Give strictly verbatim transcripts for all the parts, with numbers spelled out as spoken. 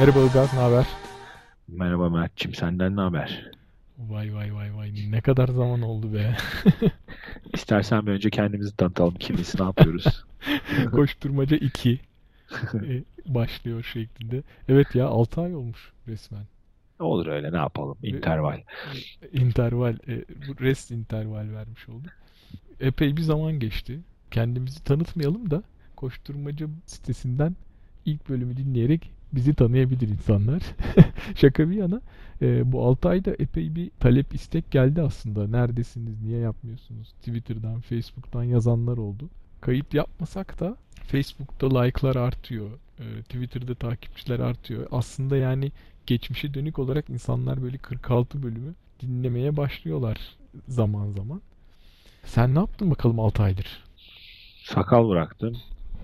Merhaba Ilgaz, ne haber? Merhaba Mert'cim, senden ne haber? Vay vay vay vay, ne kadar zaman oldu be. İstersen bir önce kendimizi tanıtalım. Kimiz, ne yapıyoruz? Koşturmaca iki e, başlıyor şeklinde. Evet ya, altı ay olmuş resmen. Olur öyle, ne yapalım? Ve İnterval. e, interval, e, bu rest interval vermiş olduk. Epey bir zaman geçti. Kendimizi tanıtmayalım da koşturmaca sitesinden ilk bölümü dinleyerek bizi tanıyabilir insanlar. Şaka bir yana, e, bu altı ayda epey bir talep istek geldi aslında. Neredesiniz, niye yapmıyorsunuz? Twitter'dan, Facebook'tan yazanlar oldu. Kayıt yapmasak da Facebook'ta like'lar artıyor. E, Twitter'da takipçiler artıyor. Aslında yani geçmişe dönük olarak insanlar böyle kırk altı bölümü dinlemeye başlıyorlar zaman zaman. Sen ne yaptın bakalım altı aydır? Sakal bıraktım.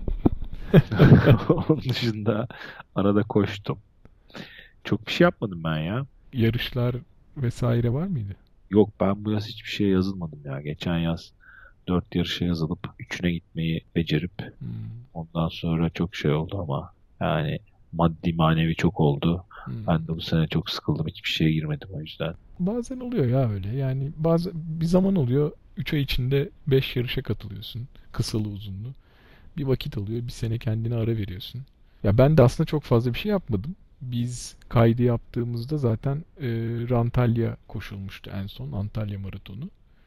Onun dışında arada koştum. Çok bir şey yapmadım ben ya. Yarışlar vesaire var mıydı? Yok, ben bu yaz hiçbir şeye yazılmadım ya. Geçen yaz dört yarışa yazılıp üçüne gitmeyi becerip Hmm, ondan sonra çok şey oldu ama yani maddi manevi çok oldu. Ben de hmm. bu sene çok sıkıldım. Hiçbir şeye girmedim o yüzden. Bazen oluyor ya öyle. Yani bazı bir zaman oluyor. Üç ay içinde beş yarışa katılıyorsun. Kısalı uzunlu. Bir vakit oluyor. Bir sene kendine ara veriyorsun. Ya ben de aslında çok fazla bir şey yapmadım. Biz kaydı yaptığımızda zaten e, Antalya koşulmuştu en son. Antalya Maratonu.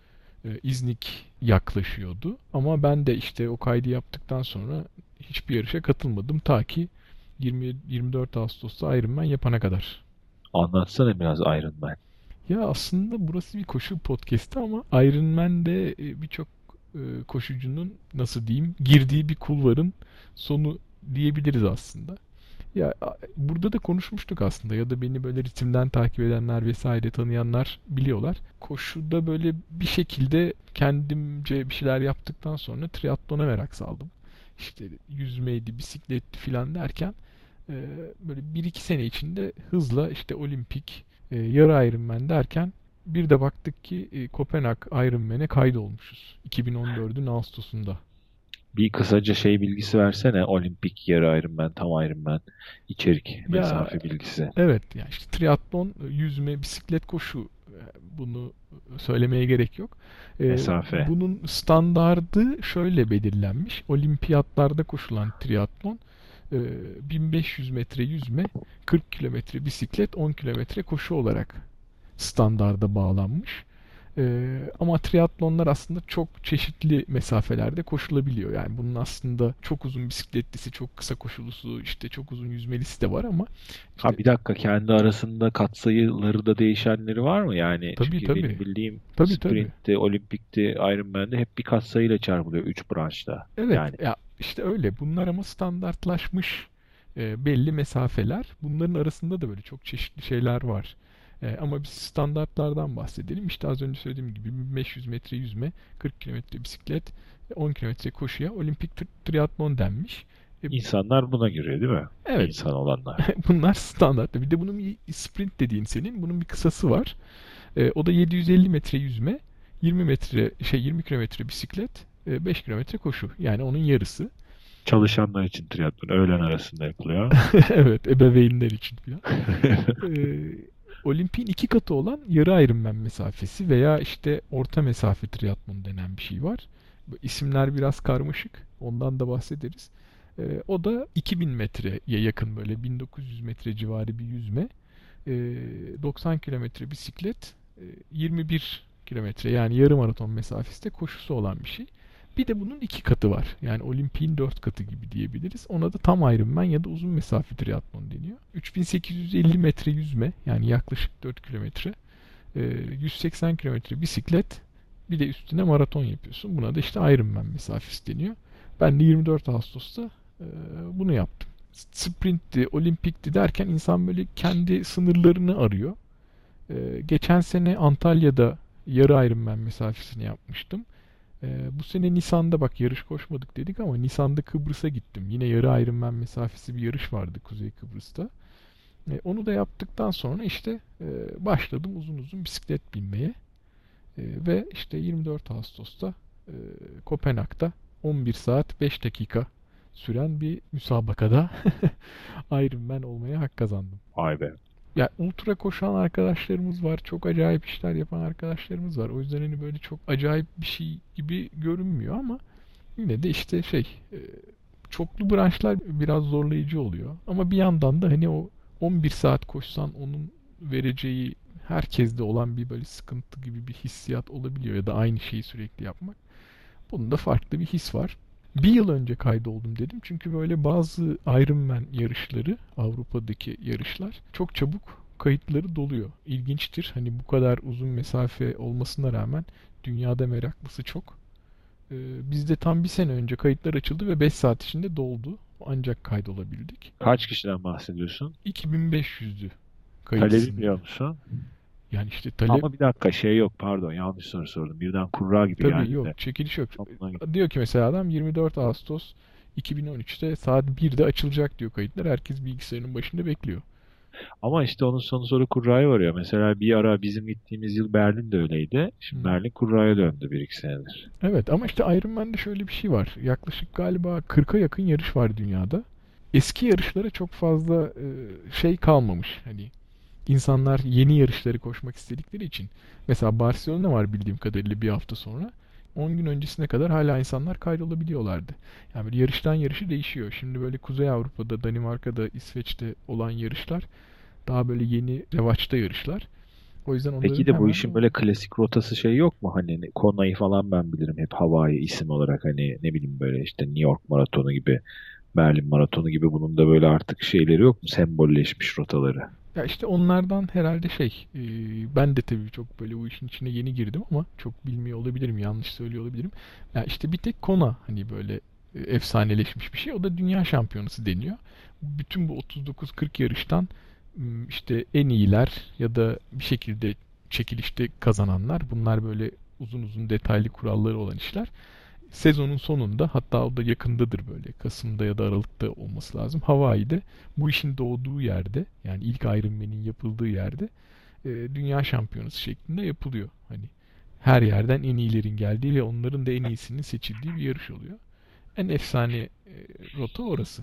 E, İznik yaklaşıyordu. Ama ben de işte o kaydı yaptıktan sonra hiçbir yarışa katılmadım. Ta ki yirmi yirmi dört Ağustos'ta Ironman yapana kadar. Anlatsana biraz Iron Man. Ya aslında burası bir koşu podcast'i ama Ironman'de e, birçok e, koşucunun nasıl diyeyim girdiği bir kulvarın sonu diyebiliriz aslında. Ya a- burada da konuşmuştuk aslında ya da beni böyle ritimden takip edenler vesaire tanıyanlar biliyorlar. Koşuda böyle bir şekilde kendimce bir şeyler yaptıktan sonra triatlona merak saldım. İşte yüzmeydi, bisikletti filan derken e, böyle bir iki sene içinde hızla işte olimpik, e, yarı Ironman derken bir de baktık ki e, Kopenhag Ironman'e kaydolmuşuz. iki bin on dördün Ağustos'unda. Bir kısaca şey bilgisi versene. Olimpik, yarı Ironman, tam Ironman, içerik, Ya mesafe bilgisi. evet yani işte triatlon, yüzme, bisiklet, koşu, e, bunu söylemeye gerek yok. E, Mesafe. bunun standardı şöyle belirlenmiş. Olimpiyatlarda koşulan triatlon e, bin beş yüz metre yüzme, kırk kilometre bisiklet, on kilometre koşu olarak standarda bağlanmış. Ee, ama triatlonlar aslında çok çeşitli mesafelerde koşulabiliyor. Yani bunun aslında çok uzun bisikletlisi, çok kısa koşulusu, işte çok uzun yüzmelisi de var ama işte Ha, bir dakika, kendi arasında katsayıları da değişenleri var mı? Yani tabii çünkü tabii. benim bildiğim Tabii tabii. sprintte, olimpikte, Ironman'de hep bir katsayıyla çarpılıyor. Üç branşta. Evet Yani ya işte öyle. Bunlar ama standartlaşmış e, belli mesafeler. Bunların arasında da böyle çok çeşitli şeyler var. E, ama biz standartlardan bahsedelim. İşte az önce söylediğim gibi bin beş yüz metre yüzme, kırk kilometre bisiklet, on kilometre koşuya olimpik tri- triatlon denmiş. E, insanlar buna giriyor değil mi? evet, İnsan olanlar. bunlar standart. Bir de bunun bir sprint dediğin senin, bunun bir kısası var. E, o da yedi yüz elli metre yüzme, yirmi metre şey yirmi kilometre bisiklet, e, beş kilometre koşu. Yani onun yarısı. Çalışanlar için triatlon öğlen arasında yapılıyor. Evet, ebeveynler için falan. Ee, Olimpiyin iki katı olan yarı Ironman mesafesi veya işte orta mesafe triatlon denen bir şey var. Bu isimler biraz karmaşık. Ondan da bahsederiz. Ee, o da iki bin metreye yakın böyle bin dokuz yüz metre civarı bir yüzme. Ee, doksan kilometre bisiklet, e, yirmi bir kilometre yani yarım maraton mesafesinde koşusu olan bir şey. Bir de bunun iki katı var. Yani Olimpik'in dört katı gibi diyebiliriz. Ona da tam Ironman ya da uzun mesafe triatlon deniyor. üç bin sekiz yüz elli metre yüzme yani yaklaşık dört kilometre. e, yüz seksen kilometre bisiklet. Bir de üstüne maraton yapıyorsun. Buna da işte Ironman mesafesi deniyor. Ben de yirmi dört Ağustos'ta e, bunu yaptım. Sprintti, olimpikti derken insan böyle kendi sınırlarını arıyor. E, geçen sene Antalya'da yarı Ironman mesafesini yapmıştım. Ee, bu sene Nisan'da bak yarış koşmadık dedik ama Nisan'da Kıbrıs'a gittim. Yine yarı Ironman mesafesi bir yarış vardı Kuzey Kıbrıs'ta. Ee, onu da yaptıktan sonra işte e, başladım uzun uzun bisiklet binmeye. Ee, ve işte yirmi dört Ağustos'ta e, Kopenhag'da on bir saat beş dakika süren bir müsabakada Ironman olmaya hak kazandım. Vay be. Ya ultra koşan arkadaşlarımız var. Çok acayip işler yapan arkadaşlarımız var. O yüzden hani böyle çok acayip bir şey gibi görünmüyor ama yine de işte şey e, çoklu branşlar biraz zorlayıcı oluyor. Ama bir yandan da hani o on bir saat koşsan onun vereceği herkeste olan bir böyle sıkıntı gibi bir hissiyat olabiliyor ya da aynı şeyi sürekli yapmak. Bunun da farklı bir his var. Bir yıl önce kaydoldum dedim. Çünkü böyle bazı Ironman yarışları, Avrupa'daki yarışlar çok çabuk kayıtları doluyor. İlginçtir. Hani bu kadar uzun mesafe olmasına rağmen dünyada meraklısı çok. Ee, bizde tam bir sene önce kayıtlar açıldı ve beş saat içinde doldu. Ancak kaydolabildik. Kaç kişiden bahsediyorsun? iki bin beş yüzdü kayıt Talebi biliyor isimleri. musun? Yani işte talep Ama bir dakika şey yok pardon yanlış soru sordum. Birden kurra gibi tabii geldi yok, de. çekiliş yok. Aklına- Diyor ki mesela adam yirmi dört Ağustos iki bin on üçte saat birde açılacak diyor kayıtlar. Herkes bilgisayarının başında bekliyor. Ama işte onun sonu soru kurraya varıyor. Mesela bir ara bizim gittiğimiz yıl Berlin de öyleydi. Şimdi Hmm. Berlin kurraya döndü bir iki senedir. Evet ama işte Ironman'de şöyle bir şey var. Yaklaşık galiba kırka yakın yarış var dünyada. Eski yarışlara çok fazla e, şey kalmamış. Hani insanlar yeni yarışları koşmak istedikleri için. Mesela Barcelona var bildiğim kadarıyla bir hafta sonra. on gün öncesine kadar hala insanlar kaydolabiliyorlardı. Yani böyle yarıştan yarışı değişiyor. Şimdi böyle Kuzey Avrupa'da, Danimarka'da, İsveç'te olan yarışlar daha böyle yeni revaçta yarışlar. O yüzden Peki onların de bu hemen işin böyle klasik rotası şey yok mu? Hani ne- Kona'yı falan ben bilirim hep Hawaii isim olarak hani ne bileyim böyle işte New York Maratonu gibi Berlin Maratonu gibi bunun da böyle artık şeyleri yok mu? Sembolleşmiş rotaları. ya işte onlardan herhalde şey e, ben de tabii çok böyle bu işin içine yeni girdim ama çok bilmiyor olabilirim, yanlış söylüyor olabilirim. Ya işte bir tek Kona hani böyle e, efsaneleşmiş bir şey. O da dünya şampiyonası deniyor. Bütün bu otuz dokuz kırk yarıştan m, işte en iyiler ya da bir şekilde çekilişte kazananlar, bunlar böyle uzun uzun detaylı kuralları olan işler. Sezonun sonunda, hatta o da yakındadır, böyle Kasım'da ya da Aralık'ta olması lazım, Hawaii'de bu işin doğduğu yerde, yani ilk Ironman'in yapıldığı yerde e, dünya şampiyonası şeklinde yapılıyor. Hani her yerden en iyilerin geldiği ve onların da en iyisinin seçildiği bir yarış oluyor. En efsane e, rota orası.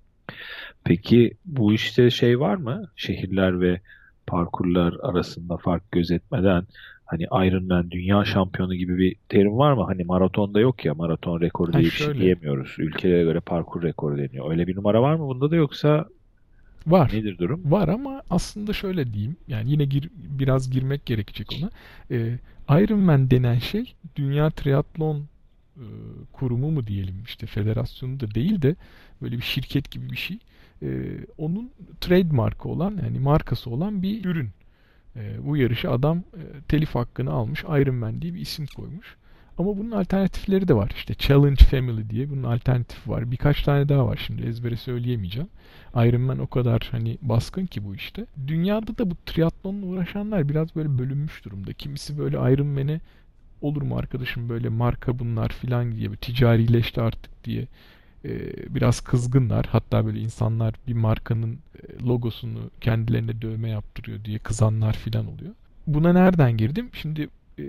Peki bu işte şey var mı? Şehirler ve parkurlar arasında fark gözetmeden hani Ironman dünya şampiyonu gibi bir terim var mı? Hani maratonda yok ya maraton rekoru Ha diye bir şey şöyle, diyemiyoruz. Ülkelere göre parkur rekoru deniyor. Öyle bir numara var mı bunda da yoksa var. nedir durum? Var ama aslında şöyle diyeyim. Yani yine gir, biraz girmek gerekecek ona. Ee, Ironman denen şey Dünya Triatlon e, Kurumu mu diyelim, işte federasyonu da değil de böyle bir şirket gibi bir şey. Ee, onun trademarkı olan, yani markası olan bir ürün. Ee, bu yarışı adam e, telif hakkını almış, Ironman diye bir isim koymuş. Ama bunun alternatifleri de var. İşte Challenge Family diye bunun alternatifi var. Birkaç tane daha var, şimdi ezbere söyleyemeyeceğim. Ironman o kadar hani baskın ki bu işte. Dünyada da bu triatlonla uğraşanlar biraz böyle bölünmüş durumda. Kimisi böyle Ironman'e olur mu arkadaşım böyle marka bunlar filan diye, bir ticarileşti artık diye e, biraz kızgınlar. Hatta böyle insanlar bir markanın e, logosunu kendilerine dövme yaptırıyor diye kızanlar filan oluyor. Buna nereden girdim? Şimdi e,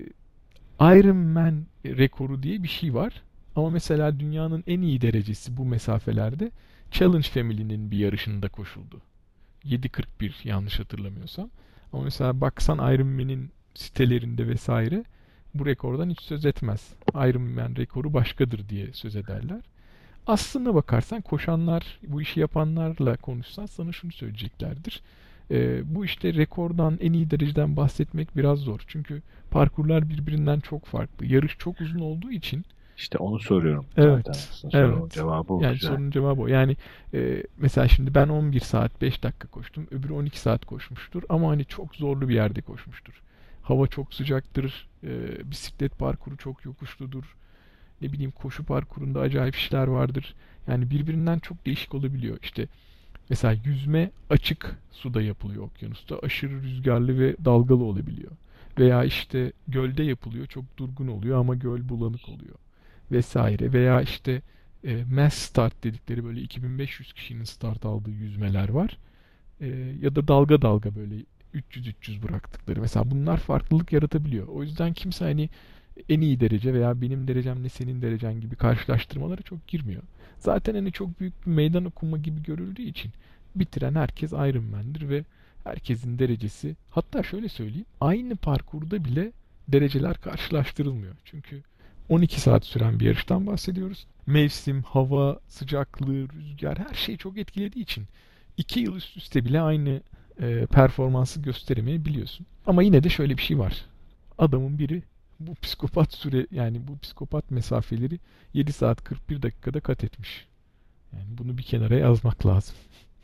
Iron Man rekoru diye bir şey var. Ama mesela dünyanın en iyi derecesi bu mesafelerde Challenge Family'nin bir yarışında koşuldu. yedi kırk bir yanlış hatırlamıyorsam. Ama mesela baksan Iron Man'in sitelerinde vesaire bu rekordan hiç söz etmez. Iron Man rekoru başkadır diye söz ederler. Aslına bakarsan koşanlar, bu işi yapanlarla konuşsan sana şunu söyleyeceklerdir. Ee, bu işte rekordan, en iyi dereceden bahsetmek biraz zor. Çünkü parkurlar birbirinden çok farklı. Yarış çok uzun olduğu için. İşte onu soruyorum zaten Evet, aslında sorumun evet. cevabı o Yani güzel. sorunun cevabı o. Yani e, mesela şimdi ben on bir saat beş dakika koştum. Öbürü on iki saat koşmuştur. Ama hani çok zorlu bir yerde koşmuştur. Hava çok sıcaktır. E, bisiklet parkuru çok yokuşludur. Ne bileyim, koşu parkurunda acayip işler vardır. Yani birbirinden çok değişik olabiliyor. İşte mesela yüzme açık suda yapılıyor okyanusta. Aşırı rüzgarlı ve dalgalı olabiliyor. Veya işte gölde yapılıyor. Çok durgun oluyor ama göl bulanık oluyor. Vesaire. Veya işte e, mass start dedikleri böyle iki bin beş yüz kişinin start aldığı yüzmeler var. E, ya da dalga dalga böyle üç yüz üç yüz bıraktıkları. Mesela bunlar farklılık yaratabiliyor. O yüzden kimse hani en iyi derece veya benim derecemle senin derecen gibi karşılaştırmalara çok girmiyor. Zaten hani çok büyük bir meydan okuma gibi görüldüğü için bitiren herkes Ironman'dir ve herkesin derecesi, hatta şöyle söyleyeyim, aynı parkurda bile dereceler karşılaştırılmıyor. Çünkü on iki saat süren bir yarıştan bahsediyoruz. Mevsim, hava, sıcaklığı, rüzgar, her şeyi çok etkilediği için iki yıl üst üste bile aynı e, performansı gösteremeyebiliyorsun. Ama yine de şöyle bir şey var. Adamın biri bu psikopat süre, yani bu psikopat mesafeleri yedi saat kırk bir dakikada kat etmiş. Yani bunu bir kenara yazmak lazım.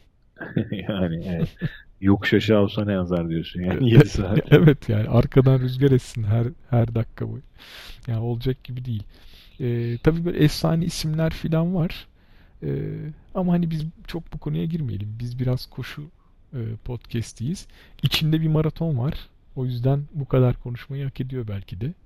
Yani evet. Yokuş aşağı olsa ne yazar diyorsun yani yedi saat. Evet, yani arkadan rüzgar essin her her dakika boyu. Yani olacak gibi değil. Ee, tabii böyle efsane isimler falan var. Ee, ama hani biz çok bu konuya girmeyelim. Biz biraz koşu e, podcast'iyiz. İçinde bir maraton var. O yüzden bu kadar konuşmayı hak ediyor belki de.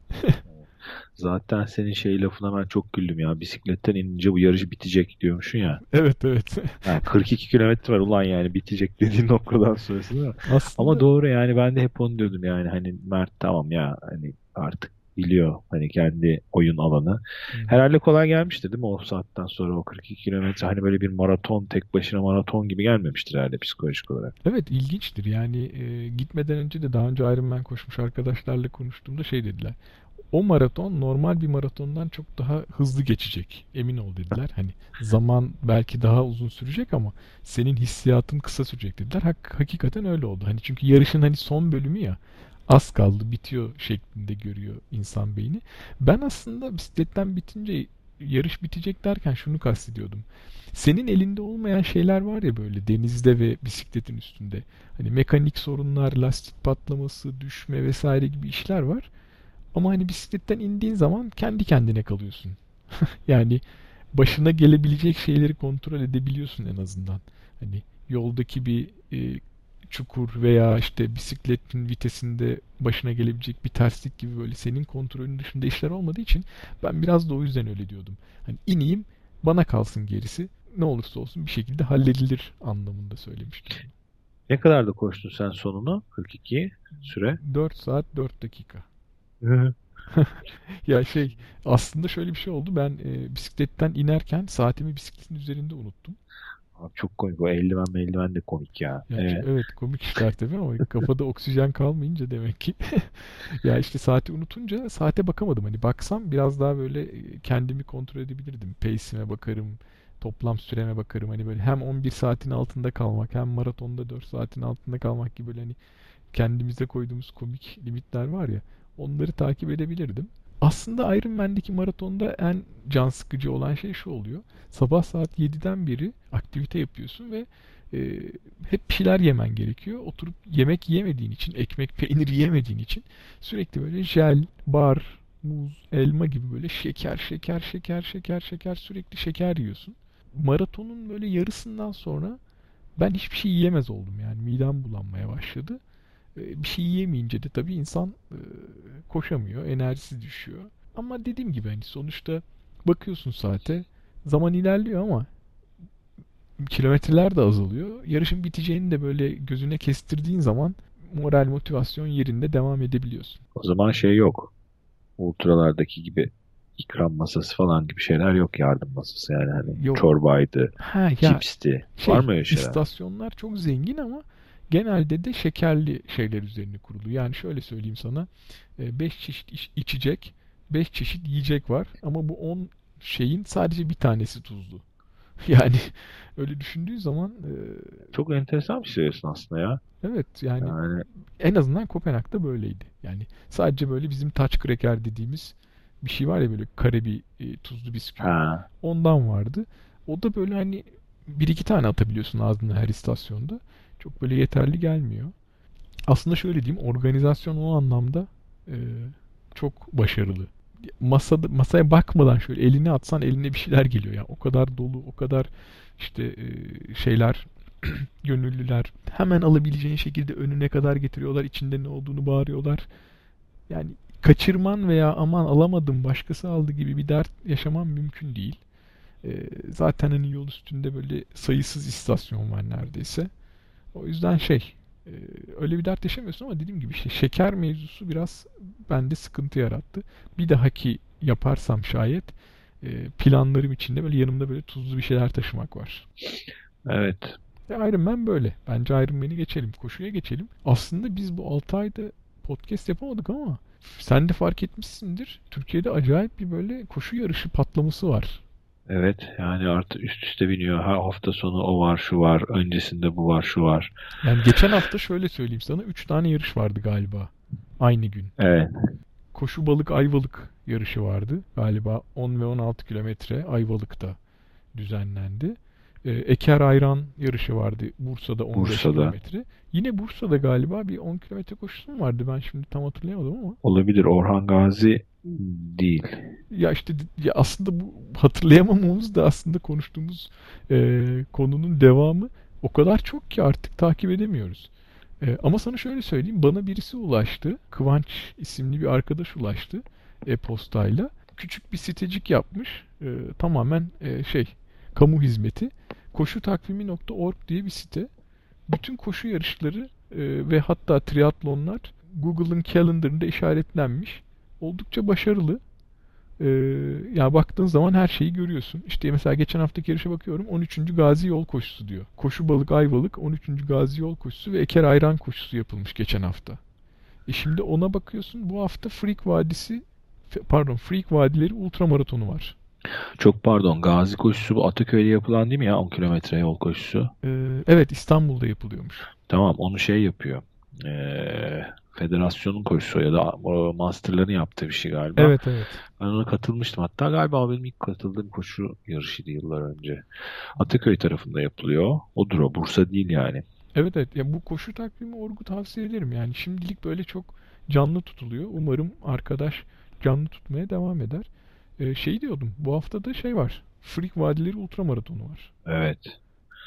Zaten senin şey lafına ben çok güldüm ya. Bisikletten inince bu yarış bitecek diyormuşsun ya. Evet, evet. Yani kırk iki kilometre var ulan yani bitecek dediğin noktadan sonrası değil mi? Ama Aslında doğru yani ben de hep onu diyordum yani hani Mert tamam ya hani artık biliyor hani kendi oyun alanı. hı hı. Herhalde kolay gelmiştir değil mi o saatten sonra o kırk iki kilometre hani böyle bir maraton tek başına maraton gibi gelmemiştir herhalde psikolojik olarak. Evet, ilginçtir. Yani e, gitmeden önce de daha önce Ironman koşmuş arkadaşlarla konuştuğumda şey dediler. O maraton normal bir maratondan çok daha hızlı geçecek. Emin ol dediler. Hani zaman belki daha uzun sürecek ama senin hissiyatın kısa sürecek dediler. Hak, hakikaten öyle oldu. Hani çünkü yarışın hani son bölümü ya, az kaldı bitiyor şeklinde görüyor insan beyni. Ben aslında bisikletten bitince yarış bitecek derken şunu kastediyordum. Senin elinde olmayan şeyler var ya böyle denizde ve bisikletin üstünde. Hani mekanik sorunlar, lastik patlaması, düşme vesaire gibi işler var. Ama hani bisikletten indiğin zaman kendi kendine kalıyorsun. Yani başına gelebilecek şeyleri kontrol edebiliyorsun en azından. Hani yoldaki bir e, çukur veya işte bisikletin vitesinde başına gelebilecek bir terslik gibi böyle senin kontrolün dışında işler olmadığı için ben biraz da o yüzden öyle diyordum. Hani ineyim, bana kalsın gerisi. Ne olursa olsun bir şekilde halledilir anlamında söylemiştim. Ne kadar da koştun sen sonunu? kırk iki süre. dört saat dört dakika. Hı hı. Ya şey, aslında şöyle bir şey oldu. Ben e, bisikletten inerken saatimi bisikletin üzerinde unuttum. Abi çok komik o eldiven eldiven de komik ya. Ya ç- Ee, evet, komik işler tabii ama kafada oksijen kalmayınca demek ki. Ya işte saati unutunca saate bakamadım. Hani baksam biraz daha böyle e, kendimi kontrol edebilirdim. Pace'ime bakarım, toplam süreme bakarım. Hani böyle hem on bir saatin altında kalmak hem maratonda dört saatin altında kalmak gibi böyle hani kendimize koyduğumuz komik limitler var ya, onları takip edebilirdim. Aslında Ironman'deki maratonda en can sıkıcı olan şey şu oluyor. Sabah saat yediden beri aktivite yapıyorsun ve e, hep bir şeyler yemen gerekiyor. Oturup yemek yemediğin için, ekmek, peynir yemediğin için sürekli böyle jel, bar, muz, elma gibi böyle şeker, şeker, şeker, şeker, şeker sürekli şeker yiyorsun. Maratonun böyle yarısından sonra ben hiçbir şey yiyemez oldum yani midem bulanmaya başladı. E, Bir şey yiyemeyince de tabii insan e, koşamıyor, enerjisi düşüyor. Ama dediğim gibi hani sonuçta bakıyorsun saate, zaman ilerliyor ama kilometreler de azalıyor. Yarışın biteceğini de böyle gözüne kestirdiğin zaman moral motivasyon yerinde devam edebiliyorsun. O zaman şey yok. Ultralardaki gibi ikram masası falan gibi şeyler yok yardım masası yani hani Yok. çorbaydı, Ha ya, cipsti. Var şey, mı öyle şeyler? istasyonlar çok zengin ama genelde de şekerli şeyler üzerine kurulu. Yani şöyle söyleyeyim sana, beş çeşit iç- içecek, beş çeşit yiyecek var ama bu on şeyin sadece bir tanesi tuzlu. Yani öyle düşündüğün zaman e, Çok enteresan bir şey söylüyorsun aslında ya. evet, yani Yani en azından Kopenhag'da böyleydi. Yani sadece böyle bizim touch cracker dediğimiz bir şey var ya, böyle kare bir e, tuzlu bisküvi. ha Ondan vardı. O da böyle hani bir iki tane atabiliyorsun ağzına her istasyonda. Çok böyle yeterli gelmiyor. Aslında şöyle diyeyim, organizasyon o anlamda e, çok başarılı. Masada, masaya bakmadan şöyle elini atsan eline bir şeyler geliyor. Yani o kadar dolu, o kadar işte e, şeyler, gönüllüler hemen alabileceğin şekilde önüne kadar getiriyorlar. İçinde ne olduğunu bağırıyorlar. Yani kaçırman veya aman alamadım başkası aldı gibi bir dert yaşaman mümkün değil. E, zaten hani yol üstünde böyle sayısız istasyon var neredeyse. O yüzden şey, e, öyle bir dert yaşamıyorsun ama dediğim gibi işte şeker mevzusu biraz bende sıkıntı yarattı. Bir dahaki yaparsam şayet e, planlarım içinde böyle yanımda böyle tuzlu bir şeyler taşımak var. Evet. Ve Iron Man böyle. Bence Iron Man'i geçelim. Koşuya geçelim. Aslında biz bu altı ayda podcast yapamadık ama sen de fark etmişsindir. Türkiye'de acayip bir böyle koşu yarışı patlaması var. Evet. Yani artık üst üste biniyor. Her hafta sonu o var, şu var. Öncesinde bu var, şu var. Yani geçen hafta şöyle söyleyeyim sana. Üç tane yarış vardı galiba. Aynı gün. Evet. Koşu balık Ayvalık yarışı vardı. Galiba on ve on altı kilometre Ayvalık'ta düzenlendi. Ee, Eker Ayran yarışı vardı Bursa'da on beş Bursa'da. kilometre. Yine Bursa'da galiba bir on kilometre koşusu mu vardı? Ben şimdi tam hatırlayamadım ama. Olabilir. Orhan Gazi değil. Ya işte ya aslında bu hatırlayamamamız da aslında konuştuğumuz e, konunun devamı o kadar çok ki artık takip edemiyoruz. E, ama sana şöyle söyleyeyim. Bana birisi ulaştı. Kıvanç isimli bir arkadaş ulaştı e-postayla. Küçük bir sitecik yapmış. E, tamamen e, şey kamu hizmeti. koşutakvimi nokta org diye bir site. Bütün koşu yarışları e, ve hatta triatlonlar Google'ın calendar'ında işaretlenmiş. Oldukça başarılı. Ee, ya baktığın zaman her şeyi görüyorsun. İşte mesela geçen haftaki yarışa bakıyorum. on üçüncü Gazi Yol Koşusu diyor. Koşu Balık Ayvalık on üçüncü Gazi Yol Koşusu ve Eker Ayran Koşusu yapılmış geçen hafta. E şimdi ona bakıyorsun. Bu hafta Freak Vadisi pardon Freak Vadileri ultramaratonu var. Çok pardon. Gazi koşusu bu Ataköy'de yapılan değil mi ya? on kilometre yol koşusu. Ee, evet İstanbul'da yapılıyormuş. Tamam. Onu şey yapıyor. Ee, federasyonun koşusu ya da o masterların yaptığı bir şey galiba. Evet evet. Ben ona katılmıştım. Hatta galiba benim ilk katıldığım koşu yarışıydı yıllar önce. Ataköy tarafında yapılıyor. Odur o. Bursa değil yani. Evet evet. Ya bu koşu takvimi orgu tavsiye ederim. Yani şimdilik böyle çok canlı tutuluyor. Umarım arkadaş canlı tutmaya devam eder. Ee, şey diyordum. Bu hafta da şey var. Freak Vadileri Ultramaratonu var. Evet.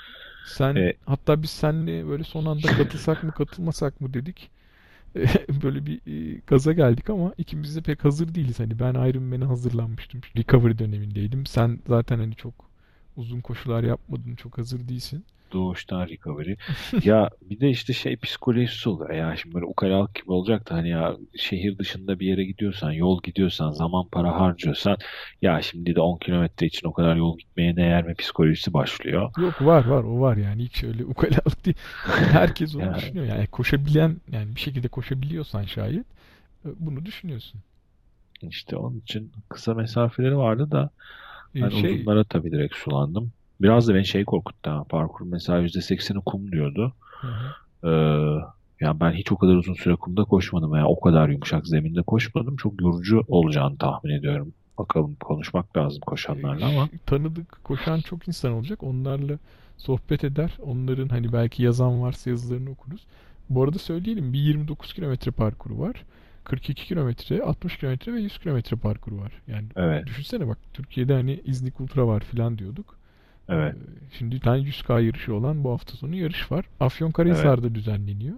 Sen E, hatta biz seninle böyle son anda katılsak mı katılmasak mı dedik. Böyle bir e, gaza geldik ama ikimiz de pek hazır değiliz. Hani ben Iron Man'e hazırlanmıştım. Recovery dönemindeydim. Sen zaten hani çok uzun koşular yapmadın. Çok hazır değilsin. Doğuştan recovery. Ya bir de işte şey psikolojisi olur. Ya şimdi böyle ukalalık gibi olacak da hani ya şehir dışında bir yere gidiyorsan, yol gidiyorsan, zaman para harcıyorsan ya şimdi de on kilometre için o kadar yol gitmeye değer mi psikolojisi başlıyor. Yok var var o var yani hiç öyle ukalalık değil. Herkes onu Yani düşünüyor yani koşabilen yani bir şekilde koşabiliyorsan şayet e, bunu düşünüyorsun. işte onun için kısa mesafeleri vardı da E, ben şey uzunlara tabii direkt sulandım. Biraz da beni şey korkuttu ha. Parkur mesela yüzde sekseni kum diyordu. hı hı. Ee, yani ben hiç o kadar uzun süre kumda koşmadım veya o kadar yumuşak zeminde koşmadım. Çok yorucu olacağını tahmin ediyorum. Bakalım konuşmak lazım E, koşanlarla ama ş- tanıdık koşan çok insan olacak. Onlarla sohbet eder. Onların hani belki yazan varsa yazılarını okuruz. Bu arada söyleyelim bir yirmi dokuz kilometre parkuru var. kırk iki kilometre, altmış kilometre ve yüz kilometre parkuru var. Yani evet, düşünsene bak Türkiye'de hani İznik Ultra var filan diyorduk. Ee, evet, Şimdi bir tane yüz K yarışı olan bu hafta sonu yarış var. evet, Afyonkarahisar'da düzenleniyor.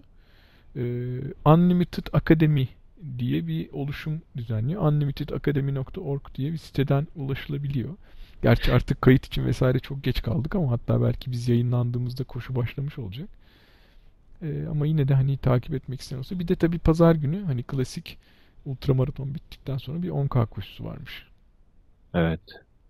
Ee, Unlimited Academy diye bir oluşum düzenliyor. unlimited academy nokta org diye bir siteden ulaşılabiliyor. Gerçi artık kayıt için vesaire çok geç kaldık ama hatta belki biz yayınlandığımızda koşu başlamış olacak. Ee, ama yine de hani takip etmek isteyen olsa. Bir de tabii pazar günü hani klasik ultramaraton bittikten sonra bir on K koşusu varmış. evet.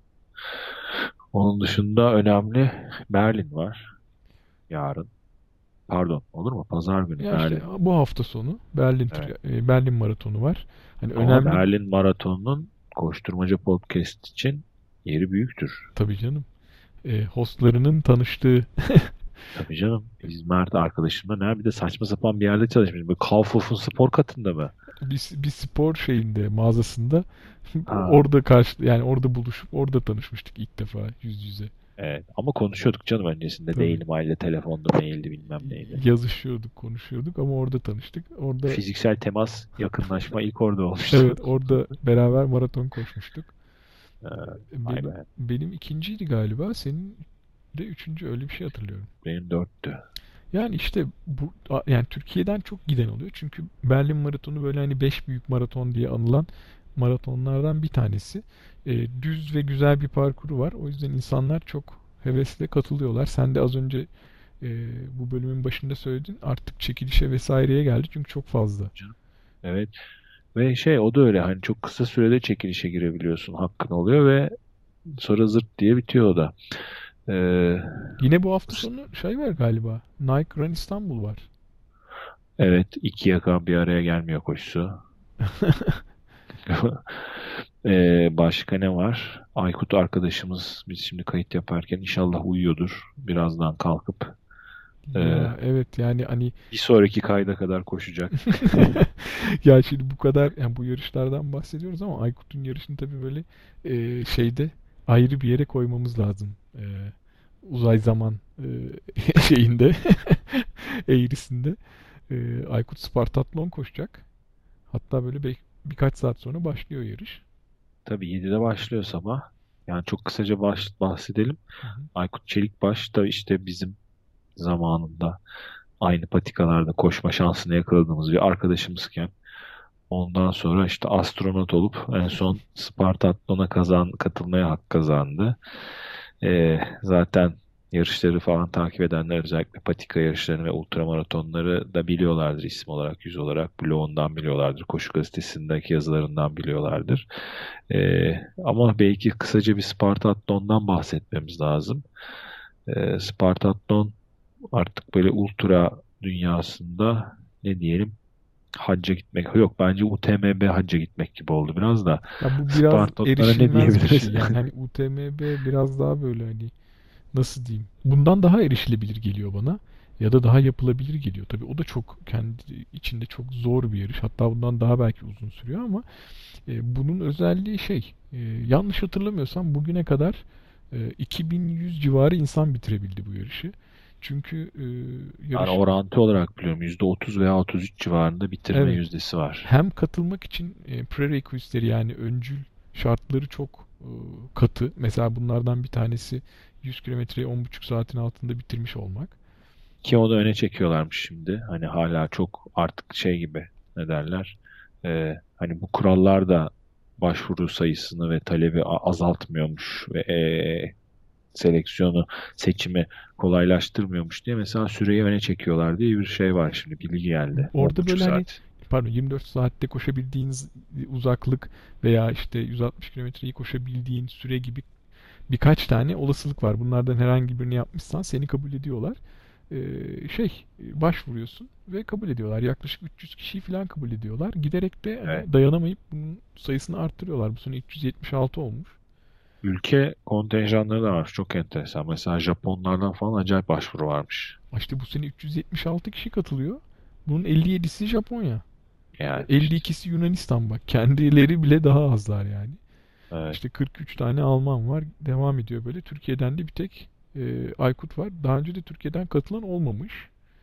Onun dışında önemli Berlin var yarın. Pardon, olur mu? Pazar günü Ya işte Berlin. bu hafta sonu Berlin Evet. tri- e, Berlin maratonu var. Hani Ama önemli bir Berlin Maratonu'nun Koşturmaca Podcast için yeri büyüktür. tabii canım. E, hostlarının tanıştığı Tabii canım. Biz Mert arkadaşımla ne bir de saçma sapan bir yerde çalışmış. Böyle Kaufhof'un spor katında mı? bir, bir spor şeyinde mağazasında Ha, orada karşı yani orada buluşup orada tanışmıştık ilk defa yüz yüze. evet. Ama konuşuyorduk canım öncesinde. Tabii. Değilim aile telefonda maildi bilmem neydi. Yazışıyorduk, konuşuyorduk ama orada tanıştık. Orada Fiziksel temas, yakınlaşma ilk orada olmuştu. evet orada beraber maraton koşmuştuk. Ee, vay Benim be. benim ikinciydi galiba. Senin de üçüncü öyle bir şey hatırlıyorum. Benim dörttü. Yani işte bu a- yani Türkiye'den çok giden oluyor. Çünkü Berlin Maratonu böyle hani beş büyük maraton diye anılan maratonlardan bir tanesi. E, düz ve güzel bir parkuru var. O yüzden insanlar çok hevesle katılıyorlar. Sen de az önce e, bu bölümün başında söyledin. Artık çekilişe vesaireye geldi. Çünkü çok fazla. Canım. Evet. Ve şey o da öyle hani çok kısa sürede çekilişe girebiliyorsun. Hakkın oluyor ve Sonra zırt diye bitiyor o da. Ee, Yine bu hafta sonu şey var galiba. Nike Run İstanbul var. evet, iki yaka bir araya gelmiyor koşusu. Ee, başka ne var? Aykut arkadaşımız biz şimdi kayıt yaparken inşallah uyuyordur. Birazdan kalkıp e, Ya evet, yani hani bir sonraki kayda kadar koşacak. ya şimdi bu kadar, yani bu yarışlardan bahsediyoruz ama Aykut'un yarışını tabii böyle e, şeyde ayrı bir yere koymamız lazım. E, uzay zaman e, şeyinde eğrisinde. E, Aykut Spartatlon koşacak. Hatta böyle be- birkaç saat sonra başlıyor yarış. Tabii yedide başlıyor sabah. Yani çok kısaca baş, bahsedelim. Hı hı. Aykut Çelikbaş da işte bizim zamanında aynı patikalarda koşma şansını yakaladığımız bir arkadaşımızken ondan sonra işte astronot olup en son Spartatlon'a kazan, katılmaya hak kazandı. Ee, zaten yarışları falan takip edenler özellikle patika yarışlarını ve ultramaratonları da biliyorlardır isim olarak, yüz olarak. Bloğundan biliyorlardır. Koşu gazetesindeki yazılarından biliyorlardır. Ee, ama belki kısaca bir Spartatlon'dan bahsetmemiz lazım. Ee, Spartatlon artık böyle ultra dünyasında ne diyelim hacca gitmek. Yok, bence U T M B hacca gitmek gibi oldu biraz da. Ya bu biraz Spartatlon'a ne erişilmez bir diyebiliriz? şey. Yani hani U T M B biraz daha böyle hani nasıl diyeyim? Bundan daha erişilebilir geliyor bana. Ya da daha yapılabilir geliyor. Tabii o da çok kendi içinde çok zor bir yarış. Hatta bundan daha belki uzun sürüyor ama e, bunun özelliği şey. E, yanlış hatırlamıyorsam bugüne kadar e, iki bin yüz civarı insan bitirebildi bu yarışı. Çünkü e, Yani yarış, orantı olarak biliyorum yüzde otuz veya otuz üç civarında bitirme evet, yüzdesi var. hem katılmak için e, prerequisite'leri yani öncül şartları çok e, katı. Mesela bunlardan bir tanesi yüz kilometreyi on buçuk saatin altında bitirmiş olmak. Ki onu öne çekiyorlarmış şimdi. Hani hala çok artık şey gibi ne derler. Ee, hani bu kurallar da başvuru sayısını ve talebi a- azaltmıyormuş ve ee, seleksiyonu, seçimi kolaylaştırmıyormuş diye mesela süreyi öne çekiyorlar diye bir şey var şimdi. Bilgi geldi. Orada on buçuk böyle hani saat. pardon yirmi dört saatte koşabildiğiniz uzaklık veya işte yüz altmış kilometreyi koşabildiğin süre gibi birkaç tane olasılık var. Bunlardan herhangi birini yapmışsan seni kabul ediyorlar. Ee, şey başvuruyorsun ve kabul ediyorlar. Yaklaşık üç yüz kişiyi falan kabul ediyorlar. Giderek de Evet. hani dayanamayıp bunun sayısını arttırıyorlar. Bu sene üç yüz yetmiş altı olmuş. Ülke kontenjanları da var. Çok enteresan. Mesela Japonlardan falan acayip başvuru varmış. İşte bu sene üç yüz yetmiş altı kişi katılıyor. Bunun elli yedisi Japonya. Yani işte. elli ikisi Yunanistan bak. Kendileri bile daha azlar yani. Evet. İşte kırk üç tane Alman var. Devam ediyor böyle. Türkiye'den de bir tek e, Aykut var. Daha önce de Türkiye'den katılan olmamış.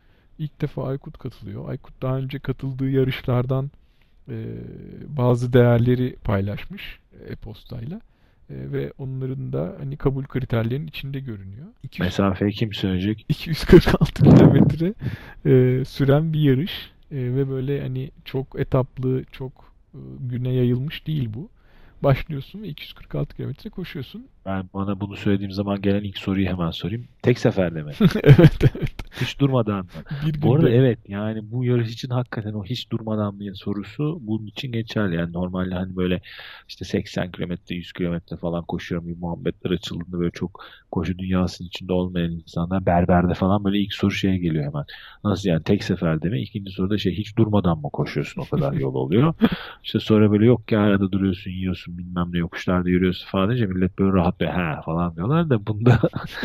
İlk defa Aykut katılıyor. Aykut daha önce katıldığı yarışlardan e, bazı değerleri paylaşmış e-postayla. E, ve onların da hani kabul kriterlerinin içinde görünüyor. iki yüz, Mesafeyi kim söyleyecek? iki yüz kırk altı kilometre e, süren bir yarış. E, ve böyle hani çok etaplı, çok e, güne yayılmış değil bu. Başlıyorsun ve iki yüz kırk altı kilometre koşuyorsun. Ben bana bunu söylediğim zaman gelen ilk soruyu hemen sorayım. Tek seferde mi? Evet, evet. Hiç durmadan mı? Bir Bu arada günde. evet, yani bu yarış için hakikaten o hiç durmadan mı sorusu bunun için geçerli. Yani normalde hani böyle işte seksen kilometre yüz kilometre falan koşuyorum bir muhabbetler açıldığında böyle çok koşu dünyasının içinde olmayan insanlar berberde falan böyle ilk soru şeye geliyor hemen. Nasıl yani tek seferde mi? İkinci soruda şey hiç durmadan mı koşuyorsun, o kadar yol oluyor. İşte sonra böyle yok ya arada duruyorsun yiyorsun bilmem ne yokuşlarda yürüyorsun falan deyince millet böyle rahat be ha falan diyorlar da bunda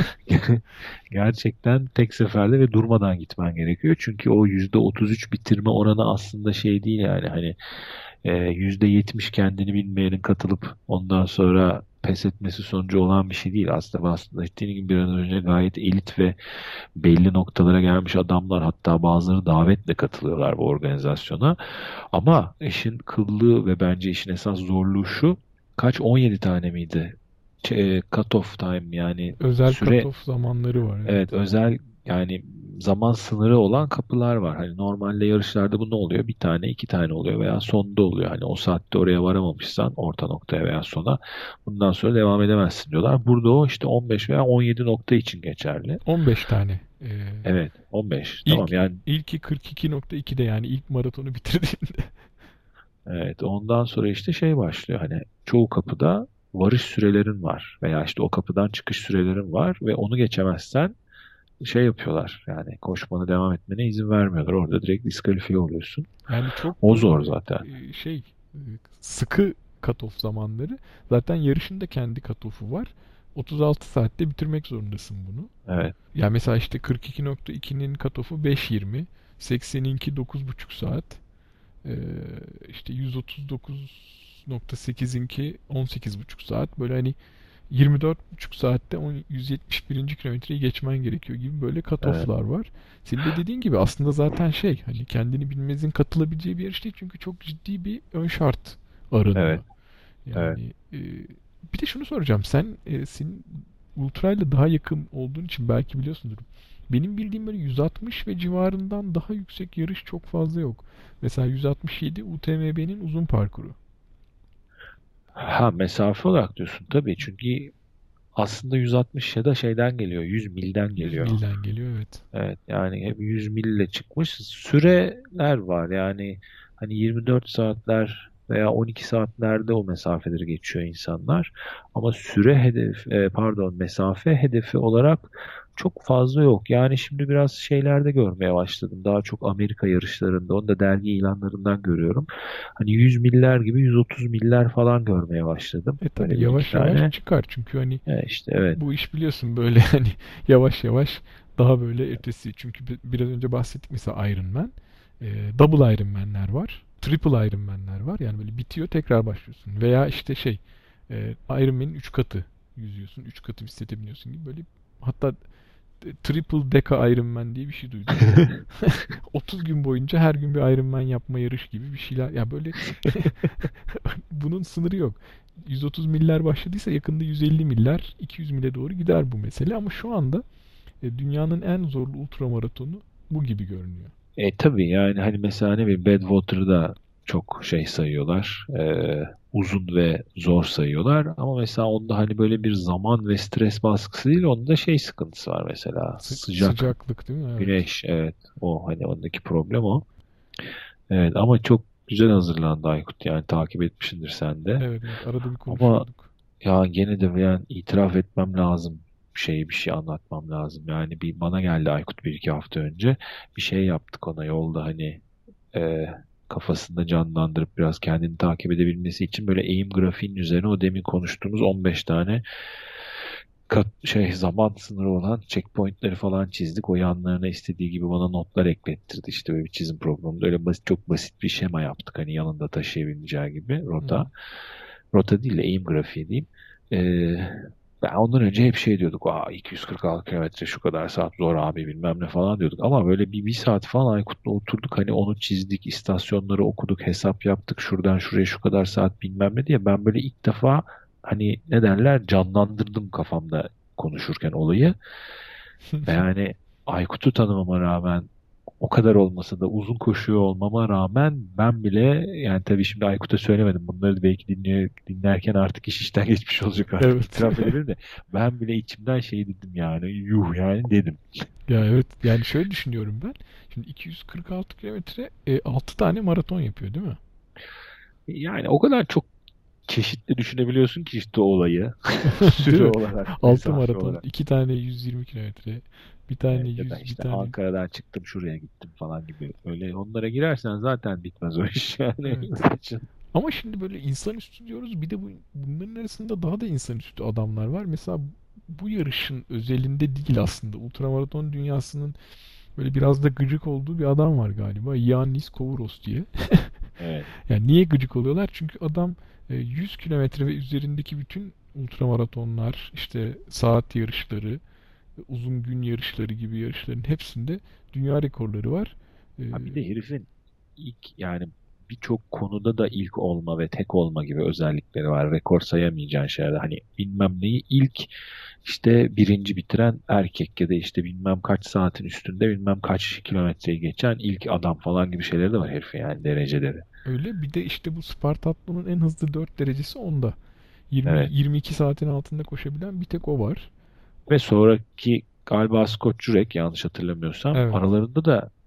gerçekten tek seferde ve durmadan gitmen gerekiyor. Çünkü o yüzde otuz üç bitirme oranı aslında şey değil yani hani e, yüzde yetmiş kendini bilmeyenin katılıp ondan sonra pes etmesi sonucu olan bir şey değil. Aslında aslında ettiğin gibi bir an önce gayet elit ve belli noktalara gelmiş adamlar, hatta bazıları davetle katılıyorlar bu organizasyona. Ama işin kıllığı ve bence işin esas zorluğu şu: kaç, on yedi tane miydi? Ç- Cut off time yani Özel süre. cut-off zamanları var, evet. Evet, özel yani zaman sınırı olan kapılar var. Hani normalde yarışlarda bu ne oluyor? Bir tane, iki tane oluyor veya sonda oluyor. Hani o saatte oraya varamamışsan orta noktaya veya sona bundan sonra devam edemezsin diyorlar. Burada o işte on beş veya on yedi nokta için geçerli. on beş tane. Ee, Evet, on beş. ilk Tamam yani ilki kırk iki nokta ikide yani ilk maratonu bitirdiğinde. evet, ondan sonra işte şey başlıyor. Hani çoğu kapıda varış sürelerin var veya işte o kapıdan çıkış sürelerin var ve onu geçemezsen şey yapıyorlar. Yani koşmana devam etmene izin vermiyorlar. Orada direkt diskalifiye oluyorsun. Yani çok O zor böyle zaten. e, şey e, sıkı cut-off zamanları. Zaten yarışın da kendi cut-off'u var. otuz altı saatte bitirmek zorundasın bunu. Evet. Ya mesela işte kırk iki nokta ikinin cut-off'u beş yirmi, sekseninki dokuz buçuk saat. Ee, işte yüz otuz dokuz nokta sekizinki on sekiz buçuk saat. Böyle hani yirmi dört buçuk saatte on- yüz yetmiş birinci kilometreyi geçmen gerekiyor gibi böyle Evet. cut-off'lar var. Senin de dediğin gibi aslında zaten şey hani kendini bilmezin katılabileceği bir yarış değil çünkü çok ciddi bir ön şart Evet. aranıyor. Evet. Yani e, bir de şunu soracağım. Sen e, senin ultrayla daha yakın olduğun için belki biliyorsundur. Benim bildiğim böyle yüz altmış ve civarından daha yüksek yarış çok fazla yok. Mesela yüz altmış yedi U T M B'nin uzun parkuru. Ha, mesafe olarak diyorsun tabii. Çünkü aslında yüz altmış ya da şeyden geliyor. yüz milden yüz geliyor. milden geliyor evet. Evet, yani hep yüz mille çıkmış. Süreler var. Yani hani yirmi dört saatler veya on iki saatlerde o mesafeleri geçiyor insanlar. Ama süre hedef e, pardon mesafe hedefi olarak çok fazla yok. Yani şimdi biraz şeylerde görmeye başladım. Daha çok Amerika yarışlarında, onu da dergi ilanlarından görüyorum. Hani yüz miller gibi yüz otuz miller falan görmeye başladım. E tabii Böyle bir iki yavaş yavaş tane. çıkar çünkü hani E işte evet. bu iş biliyorsun böyle hani yavaş yavaş daha böyle ötesi. Çünkü bi- biraz önce bahsettik mesela Iron Man. E, double Iron Man'ler var. Triple Iron Man'ler var. Yani böyle bitiyor tekrar başlıyorsun. Veya işte şey e, Iron Man'in üç katı yüzüyorsun. üç katı bisiklete biniyorsun gibi böyle hatta e, Triple Deca Iron Man diye bir şey duydum. otuz gün boyunca her gün bir Iron Man yapma yarış gibi bir şeyler. Ya böyle bunun sınırı yok. yüz otuz miller başladıysa yakında yüz elli miller, iki yüz mile doğru gider bu mesele ama şu anda e, dünyanın en zorlu ultramaratonu bu gibi görünüyor. E tabii yani hani mesela ne bileyim Badwater'ı da çok şey sayıyorlar. E, uzun ve zor sayıyorlar. Ama mesela onda hani böyle bir zaman ve stres baskısı değil. Onda şey sıkıntısı var mesela. Sı- Sıcak, sıcaklık değil mi? Evet. güneş. Evet. O hani ondaki problem o. Evet ama çok güzel hazırlandı Aykut. Yani takip etmişsindir sen de. Evet evet arada bir Ama konuşuyorduk. ya gene de yani itiraf etmem lazım. Şey bir şey anlatmam lazım. Yani bir bana geldi Aykut bir iki hafta önce. Bir şey yaptık ona yolda hani e, kafasında canlandırıp biraz kendini takip edebilmesi için böyle eğim grafiğinin üzerine o demin konuştuğumuz on beş tane kat, şey zaman sınırı olan checkpointleri falan çizdik. O yanlarına istediği gibi bana notlar eklettirdi. İşte böyle bir çizim programında öyle basit, çok basit bir şema yaptık. Hani yanında taşıyabileceği gibi Hı rota. hı. Rota değil de eğim grafiği diyeyim. Ee, ben ondan önce hep şey diyorduk. Aa, iki yüz kırk altı kilometre şu kadar saat zor abi bilmem ne falan diyorduk. Ama böyle bir, bir saat falan Aykut'la oturduk. Hani onu çizdik, istasyonları okuduk, hesap yaptık. Şuradan şuraya şu kadar saat bilmem ne diye. Ben böyle ilk defa hani ne derler canlandırdım kafamda konuşurken olayı. Ve yani Aykut'u tanımama rağmen o kadar olmasa da uzun koşuyor olmama rağmen ben bile yani tabii şimdi Aykut'a söylemedim. Bunları da belki dinliyor, dinlerken artık iş işten geçmiş olacak artık Evet. itiraf edebilirim de ben bile içimden şey dedim yani yuh yani dedim. Ya evet yani şöyle düşünüyorum ben. Şimdi iki yüz kırk altı kilometre e, altı tane maraton yapıyor değil mi? Yani o kadar çok çeşitli düşünebiliyorsun ki işte olayı süre Değil mi? olarak altı mesafe maraton, olarak. iki tane yüz yirmi kilometre, bir tane Evet, ya da yüz, bir işte tane. Ankara'dan çıktım şuraya gittim falan gibi. Öyle onlara girersen zaten bitmez o iş yani. Evet. Ama şimdi böyle insanüstü diyoruz. Bir de bu, bunların arasında daha da insanüstü adamlar var. Mesela bu yarışın özelinde değil aslında. Ultramaraton dünyasının böyle biraz da gıcık olduğu bir adam var galiba. Yannis Kouros diye. Evet. Yani niye gıcık oluyorlar? Çünkü adam e, yüz kilometre ve üzerindeki bütün ultramaratonlar, işte saat yarışları, uzun gün yarışları gibi yarışların hepsinde dünya rekorları var. E, Ha bir de herifin ilk yani birçok konuda da ilk olma ve tek olma gibi özellikleri var. Rekor sayamayacağın şeyler. Hani bilmem neyi ilk işte birinci bitiren erkek ya da işte bilmem kaç saatin üstünde bilmem kaç kilometreyi geçen ilk adam falan gibi şeyleri de var herifin yani dereceleri. Öyle bir de işte bu Spartatlo'nun en hızlı dört derecesi onda. yirmi Evet. yirmi iki saatin altında koşabilen bir tek o var. Ve sonraki galiba Scott Jurek yanlış hatırlamıyorsam Evet. aralarında da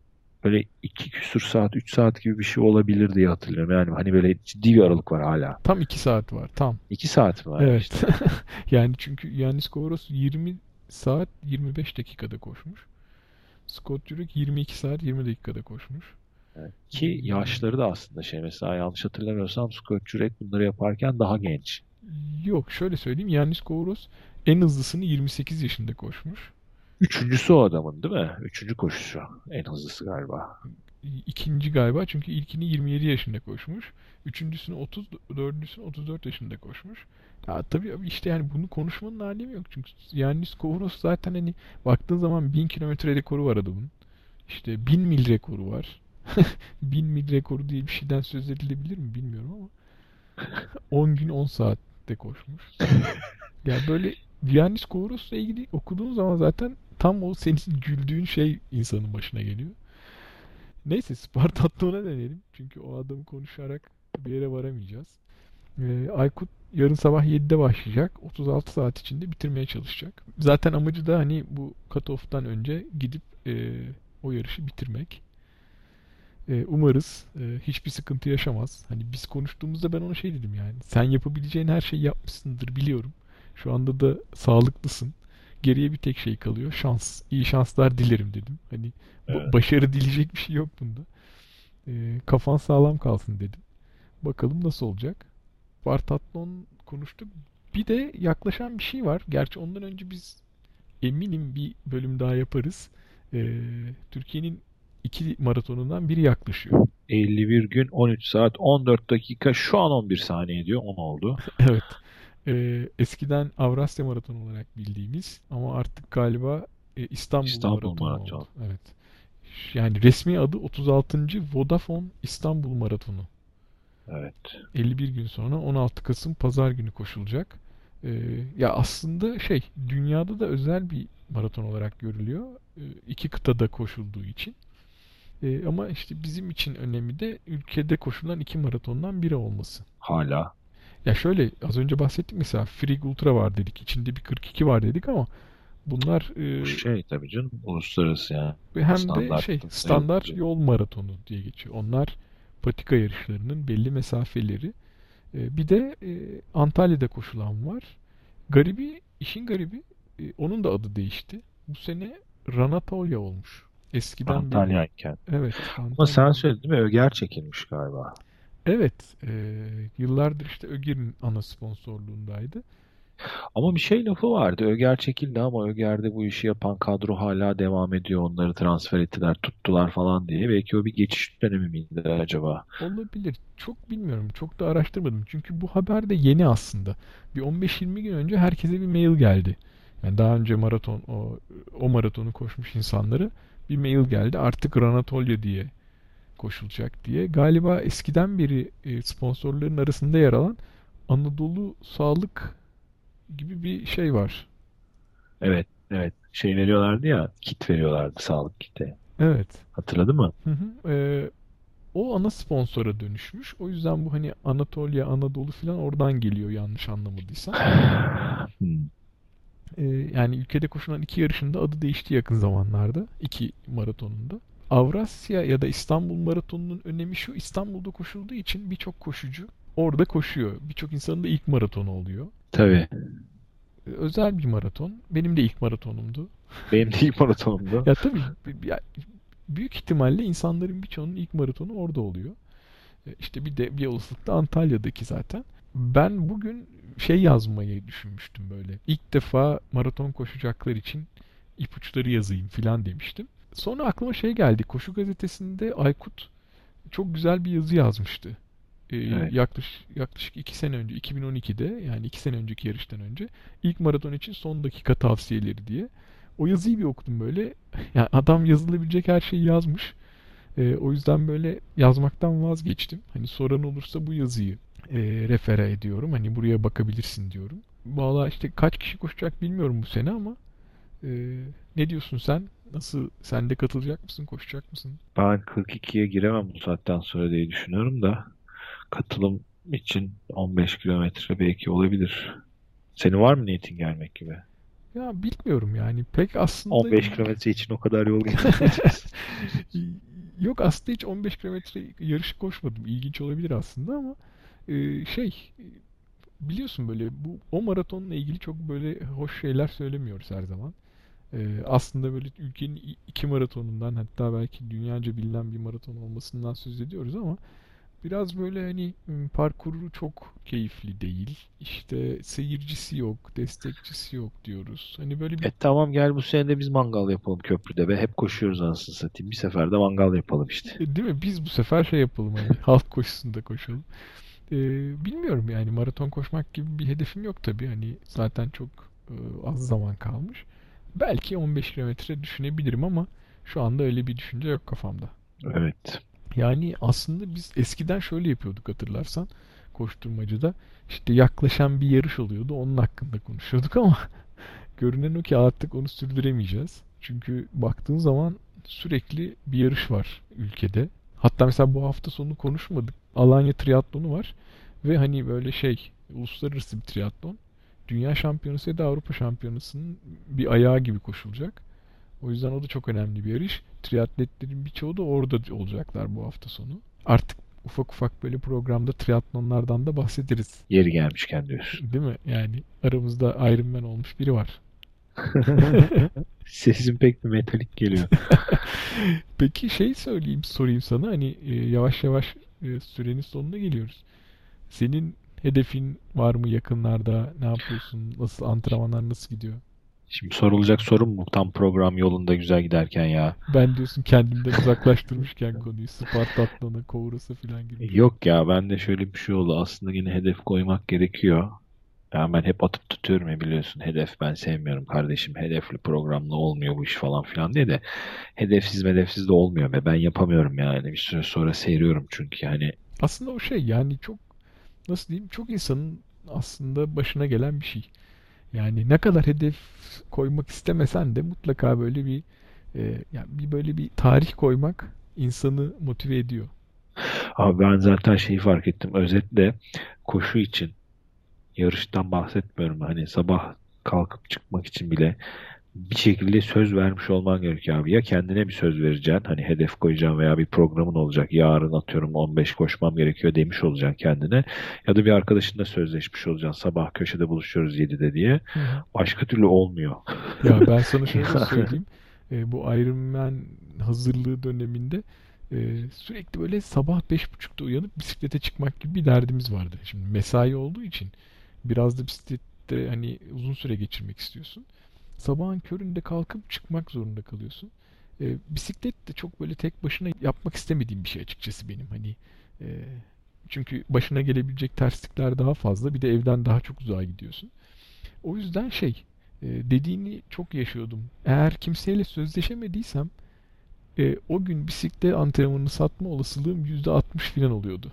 böyle iki küsur saat, üç saat gibi bir şey olabilir diye hatırlıyorum. Yani hani böyle ciddi bir aralık var hala. Tam iki saat var. Tam. iki saat mi var ya Evet. işte? Yani çünkü Yannis Kouros yirmi saat yirmi beş dakikada koşmuş. Scott Jurek yirmi iki saat yirmi dakikada koşmuş. Evet. Ee, Ki yaşları da aslında şey, mesela yanlış hatırlamıyorsam Scott Jurek bunları yaparken daha genç. Yok, şöyle söyleyeyim. Yannis Kouros en hızlısını yirmi sekiz yaşında koşmuş. Üçüncüsü o adamın değil mi? Üçüncü koşusu. En hızlısı galiba. İkinci galiba, çünkü ilkini yirmi yedi yaşında koşmuş. Üçüncüsünü otuz, dördüncüsünü otuz dört yaşında koşmuş. Ya tabii abi, işte yani bunu konuşmanın alemi yok. Çünkü Yannis Kouros zaten hani baktığın zaman bin kilometre rekoru var adamın. İşte bin mil rekoru var. Bin mil rekoru diye bir şeyden söz edilebilir mi bilmiyorum ama on gün on saatte koşmuş. Ya böyle Yannis Kouros'la ilgili okuduğun zaman zaten tam o senin güldüğün şey insanın başına geliyor. Neyse, Spartathlon'a dönelim. Çünkü o adamı konuşarak bir yere varamayacağız. Ee, Aykut yarın sabah yedide başlayacak. otuz altı saat içinde bitirmeye çalışacak. Zaten amacı da hani bu cut-off'tan önce gidip e, o yarışı bitirmek. E, umarız e, hiçbir sıkıntı yaşamaz. Hani biz konuştuğumuzda ben ona şey dedim yani. Sen yapabileceğin her şeyi yapmışsındır biliyorum. Şu anda da sağlıklısın. Geriye bir tek şey kalıyor. Şans. İyi şanslar dilerim dedim. Hani ba- Evet. başarı dileyecek bir şey yok bunda. E, kafan sağlam kalsın dedim. Bakalım nasıl olacak. Spartathlon konuştuk. Bir de yaklaşan bir şey var. Gerçi ondan önce biz eminim bir bölüm daha yaparız. E, Türkiye'nin iki maratonundan biri yaklaşıyor. elli bir gün on üç saat on dört dakika şu an on bir saniye diyor. on oldu. Evet. Ee, eskiden Avrasya Maratonu olarak bildiğimiz ama artık galiba e, İstanbul İstanbul Maratonu oldu. Maraton. Evet. Yani resmi adı otuz altıncı Vodafone İstanbul Maratonu. Evet. elli bir gün sonra on altı Kasım Pazar günü koşulacak. Ee, ya aslında şey, dünyada da özel bir maraton olarak görülüyor. Ee, iki kıtada koşulduğu için. Ee, ama işte bizim için önemi de ülkede koşulan iki maratondan biri olması. Hala. Ya şöyle, az önce bahsettik mesela Free Ultra var dedik. İçinde bir kırk iki var dedik ama bunlar Bu e, şey tabii canım. Uluslararası yani. hem de Standart şey, standart sayılır. yol maratonu diye geçiyor. Onlar patika yarışlarının belli mesafeleri. E, bir de e, Antalya'da koşulan var. Garibi, işin garibi, e, onun da adı değişti. Bu sene Ranatolya olmuş. Eskiden beri. Antalya'yken. Evet, Ama sen Antalya'da. söyledin değil mi? Öger çekilmiş galiba. Evet, e, yıllardır işte Ögir'in ana sponsorluğundaydı. Ama bir şey lafı vardı. Öger çekildi ama Öger'de bu işi yapan kadro hala devam ediyor. Onları transfer ettiler, tuttular falan diye. Belki o bir geçiş dönemi miydi acaba? Olabilir. Çok bilmiyorum. Çok da araştırmadım. Çünkü bu haber de yeni aslında. Bir on beş yirmi gün önce herkese bir mail geldi. Yani daha önce maraton o, o maratonu koşmuş insanlara bir mail geldi. Artık Ranatolya diye koşulacak diye. Galiba eskiden beri e, sponsorların arasında yer alan Anadolu Sağlık gibi bir şey var. Evet, evet. Şey veriyorlardı ya, kit veriyorlardı, sağlık kiti. Evet. Hatırladın mı? Hı hı. E, o ana sponsora dönüşmüş. O yüzden bu hani Anatolia, Anadolu falan oradan geliyor yanlış anlamadıysam. Hmm. Ee, yani ülkede koşulan iki yarışında adı değişti yakın zamanlarda. İki maratonunda. Avrasya ya da İstanbul Maratonu'nun önemi şu: İstanbul'da koşulduğu için birçok koşucu orada koşuyor. Birçok insanın da ilk maratonu oluyor. Tabii. Ee, özel bir maraton. Benim de ilk maratonumdu. Benim de ilk maratonumda. Ya tabii, ya, büyük ihtimalle insanların birçoğunun ilk maratonu orada oluyor. Ee, İşte bir de bir olasılıkla Antalya'daki zaten. Ben bugün şey yazmayı düşünmüştüm böyle. İlk defa maraton koşacaklar için ipuçları yazayım filan demiştim. Sonra aklıma şey geldi. Koşu gazetesinde Aykut çok güzel bir yazı yazmıştı. Ee, Evet. yaklaşık, yaklaşık iki sene önce, iki bin on ikide, yani iki sene önceki yarıştan önce ilk maraton için son dakika tavsiyeleri diye. O yazıyı bir okudum böyle. Yani adam yazılabilecek her şeyi yazmış. Ee, o yüzden böyle yazmaktan vazgeçtim. Hani soran olursa bu yazıyı e, refere ediyorum. Hani buraya bakabilirsin diyorum. Valla işte kaç kişi koşacak bilmiyorum bu sene ama e, ne diyorsun sen? Nasıl? Sen de katılacak mısın? Koşacak mısın? Ben kırk ikiye giremem bu saatten sonra diye düşünüyorum da katılım için on beş kilometre belki olabilir. Senin var mı niyetin gelmek gibi? Ya bilmiyorum yani. Pek aslında on beş kilometre için o kadar yol getirmeyeceğiz. Yok aslında hiç on beş kilometre yarışı koşmadım. İlginç olabilir aslında ama e, şey biliyorsun böyle bu o maratonla ilgili çok böyle hoş şeyler söylemiyoruz her zaman. E, aslında böyle ülkenin i- iki maratonundan hatta belki dünyaca bilinen bir maraton olmasından söz ediyoruz ama biraz böyle hani m, parkuru çok keyifli değil. İşte seyircisi yok, destekçisi yok diyoruz. Hani böyle bir E tamam, gel bu sene de biz mangal yapalım köprüde be. Hep koşuyoruz anasını satayım. Bir seferde mangal yapalım işte. e, değil mi? Biz bu sefer şey yapalım hani halk koşusunda koşalım. E, bilmiyorum yani maraton koşmak gibi bir hedefim yok tabii. Hani zaten çok e, az zaman kalmış. Belki on beş kilometre düşünebilirim ama şu anda öyle bir düşünce yok kafamda. Evet. Yani aslında biz eskiden şöyle yapıyorduk hatırlarsan koşturmacıda işte yaklaşan bir yarış oluyordu onun hakkında konuşuyorduk ama görünen o ki artık onu sürdüremeyeceğiz. Çünkü baktığın zaman sürekli bir yarış var ülkede. Hatta mesela bu hafta sonu konuşmadık. Alanya Triatlonu var ve hani böyle şey uluslararası bir triatlon. Dünya şampiyonası ya da Avrupa şampiyonasının bir ayağı gibi koşulacak. O yüzden o da çok önemli bir yarış. Triatletlerin birçoğu da orada olacaklar bu hafta sonu. Artık ufak ufak böyle programda triatlonlardan da bahsederiz. Yeri gelmişken diyorsun. Değil mi? Yani aramızda Ironman olmuş biri var. Sesin pek bir metalik geliyor. Peki şey söyleyeyim, sorayım sana. Hani e, yavaş yavaş e, sürenin sonuna geliyoruz. Senin hedefin var mı yakınlarda? Ne yapıyorsun? Nasıl antrenmanlar nasıl gidiyor? Şimdi sorulacak sorum bu. Tam program yolunda güzel giderken ya. Ben diyorsun kendimden uzaklaştırmışken konuyu Spartatlan'a, Kovros'a falan girmişken. Yok ya, ben de şöyle bir şey oldu. Aslında yine hedef koymak gerekiyor. Yani ben hep atıp tutuyorum ya, biliyorsun. Hedef ben sevmiyorum kardeşim. Hedefli programlı olmuyor bu iş falan filan diye de. Hedefsiz hedefsiz de olmuyor be. Ben yapamıyorum yani. Bir süre sonra seriyorum çünkü yani. Aslında o şey yani çok nasıl diyeyim çok insanın aslında başına gelen bir şey. Yani ne kadar hedef koymak istemesen de mutlaka böyle bir e, yani bir böyle bir tarih koymak insanı motive ediyor. Abi ben zaten şeyi fark ettim. Özetle koşu için, yarıştan bahsetmiyorum. Hani sabah kalkıp çıkmak için bile bir şekilde söz vermiş olman gerekiyor abi. Ya kendine bir söz vereceksin. Hani hedef koyacaksın veya bir programın olacak. Yarın atıyorum on beş koşmam gerekiyor demiş olacaksın kendine. Ya da bir arkadaşınla sözleşmiş olacaksın. Sabah köşede buluşuyoruz yedide diye. Hı hı. Başka türlü olmuyor. Ya ben sana şöyle söyleyeyim. E, bu Ironman hazırlığı döneminde e, sürekli böyle sabah beş buçukta uyanıp bisiklete çıkmak gibi bir derdimiz vardı. Şimdi mesai olduğu için biraz da bisiklette hani uzun süre geçirmek istiyorsun. Sabahın köründe kalkıp çıkmak zorunda kalıyorsun. E, bisiklet de çok böyle tek başına yapmak istemediğim bir şey açıkçası benim. Hani e, çünkü başına gelebilecek terslikler daha fazla. Bir de evden daha çok uzağa gidiyorsun. O yüzden şey e, dediğini çok yaşıyordum. Eğer kimseyle sözleşemediysem e, o gün bisiklet antrenmanını satma olasılığım yüzde altmış falan oluyordu.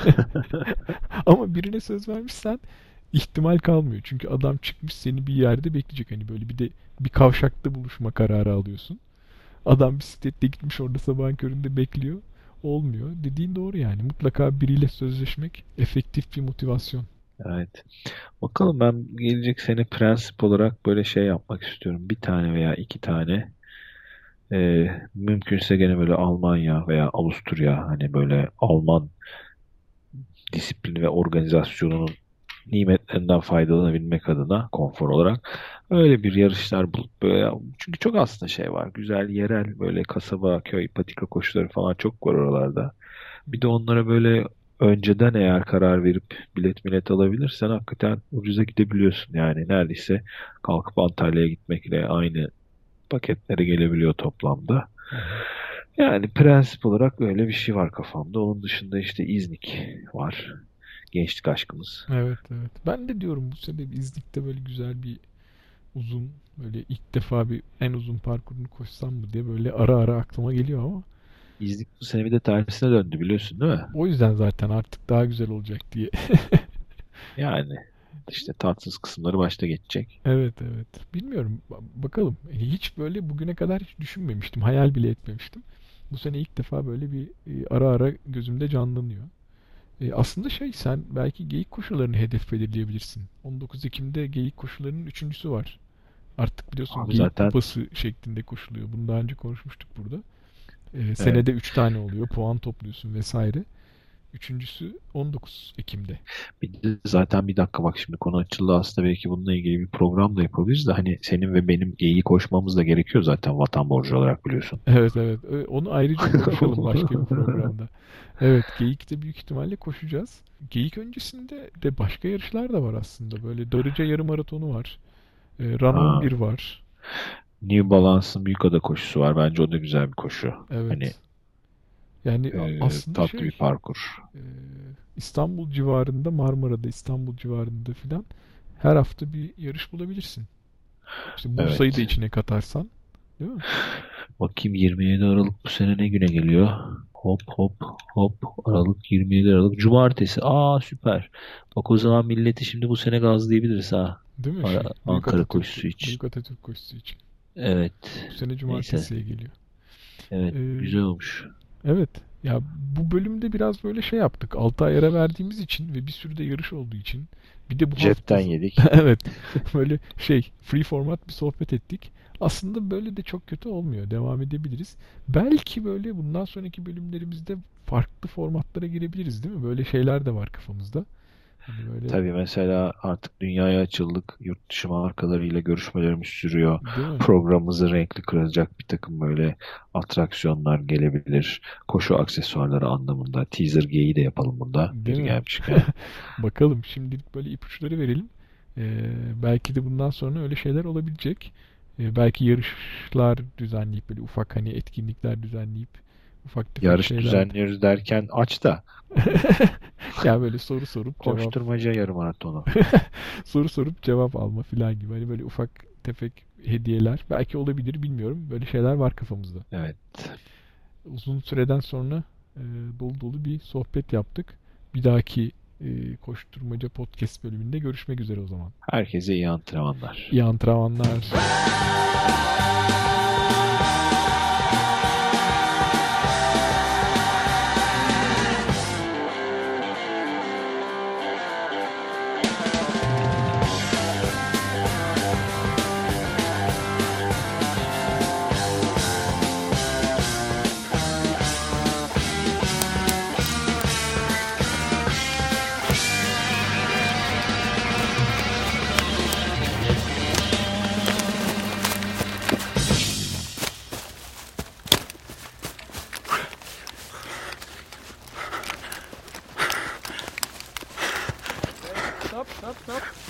Ama birine söz vermişsen ihtimal kalmıyor. Çünkü adam çıkmış seni bir yerde bekleyecek. Hani böyle bir de bir kavşakta buluşma kararı alıyorsun. Adam bisikletle gitmiş orada sabahın köründe bekliyor. Olmuyor. Dediğin doğru yani. Mutlaka biriyle sözleşmek efektif bir motivasyon. Evet. Bakalım, ben gelecek sene prensip olarak böyle şey yapmak istiyorum. Bir tane veya iki tane, e, mümkünse gene böyle Almanya veya Avusturya, hani böyle Alman disiplini ve organizasyonunun nimetlerinden faydalanabilmek adına konfor olarak öyle bir yarışlar bulup böyle, çünkü çok aslında şey var, güzel yerel böyle kasaba köy patika koşuları falan çok var oralarda. Bir de onlara böyle önceden eğer karar verip bilet millet alabilirsen hakikaten ucuza gidebiliyorsun. Yani neredeyse kalkıp Antalya'ya gitmekle aynı paketlere gelebiliyor toplamda. Hı hı. Yani prensip olarak öyle bir şey var kafamda. Onun dışında işte İznik var. Gençlik aşkımız. Evet, evet. Ben de diyorum bu sene bir İznik'te böyle güzel bir uzun böyle ilk defa bir en uzun parkurunu koşsam mı diye böyle ara ara aklıma geliyor ama İznik bu sene bir de tersine döndü, biliyorsun değil mi? o yüzden zaten artık daha güzel olacak diye. Yani işte tatsız kısımları başta geçecek. Evet, evet. Bilmiyorum. Ba- Bakalım. E, Hiç böyle bugüne kadar hiç düşünmemiştim. Hayal bile etmemiştim. Bu sene ilk defa böyle bir e, ara ara gözümde canlanıyor. E, aslında şey sen belki geyik koşularını hedef belirleyebilirsin. on dokuz Ekim'de geyik koşularının üçüncüsü var. Artık biliyorsun Abi geyik zaten kupası şeklinde koşuluyor. Bunu daha önce konuşmuştuk burada. Ee, Evet. senede üç tane oluyor. Puan topluyorsun vesaire. Üçüncüsü on dokuz Ekim'de. Bir de zaten bir dakika bak şimdi konu açıldı aslında belki bununla ilgili bir program da yapabiliriz de hani senin ve benim geyiği koşmamız da gerekiyor zaten vatan borcu olarak biliyorsun. Evet, evet. Ö- Onu ayrıca konuşalım başka bir programda. Evet, Geyik'te büyük ihtimalle koşacağız. Geyik öncesinde de başka yarışlar da var aslında. Böyle Darıca yarım maratonu var. E, Run Ha, on bir var. New Balance'ın Büyükada koşusu var. Bence o da güzel bir koşu. Hani Evet. Yani a- e, aslında tatlı bir şey parkur. e, İstanbul civarında, Marmara'da, İstanbul civarında filan her hafta bir yarış bulabilirsin. İşte Bursa'yı da Evet. içine katarsan, değil mi? Bakayım yirmi yedi Aralık bu sene ne güne geliyor? Hop hop hop Aralık yirmi yedi Aralık Cumartesi. Aa süper. Bak o zaman milleti şimdi bu sene gazlayabiliriz ha. Değil mi şey? Ara- Büyük Ankara Atatürk koşusu için. Büyük Atatürk koşusu için. Evet. Bu sene Neyse. cumartesiye geliyor. Evet Ee, güzel olmuş. evet. Ya bu bölümde biraz böyle şey yaptık. altı ay ara verdiğimiz için ve bir sürü de yarış olduğu için. Bir de bu hafta Cepten yedik. evet böyle şey free format bir sohbet ettik. Aslında böyle de çok kötü olmuyor. Devam edebiliriz. Belki böyle bundan sonraki bölümlerimizde farklı formatlara girebiliriz değil mi? Böyle şeyler de var kafamızda. Hani böyle Tabii mesela artık dünyaya açıldık. Yurt dışı markalarıyla görüşmelerimiz sürüyor. değil mi? Programımızı renkli kılacak bir takım böyle atraksiyonlar gelebilir. Koşu aksesuarları anlamında. Teaser geyiği de yapalım bunda. Değil Yeri mi? gelmişken. Bakalım. Şimdilik böyle ipuçları verelim. Ee, belki de bundan sonra öyle şeyler olabilecek. Ee, belki yarışlar düzenleyip böyle ufak hani etkinlikler düzenleyip ufak tefek Yarış şeyler. düzenliyoruz derken aç da Ya böyle soru sorup cevap koşturmaca yarım maratonu. soru sorup cevap alma falan gibi. Hani böyle ufak tefek hediyeler belki olabilir bilmiyorum. Böyle şeyler var kafamızda. Evet. Uzun süreden sonra e, dolu dolu bir sohbet yaptık. Bir dahaki e, koşturmaca podcast bölümünde görüşmek üzere o zaman. Herkese iyi antrenmanlar. İyi antrenmanlar. Stop, stop, stop.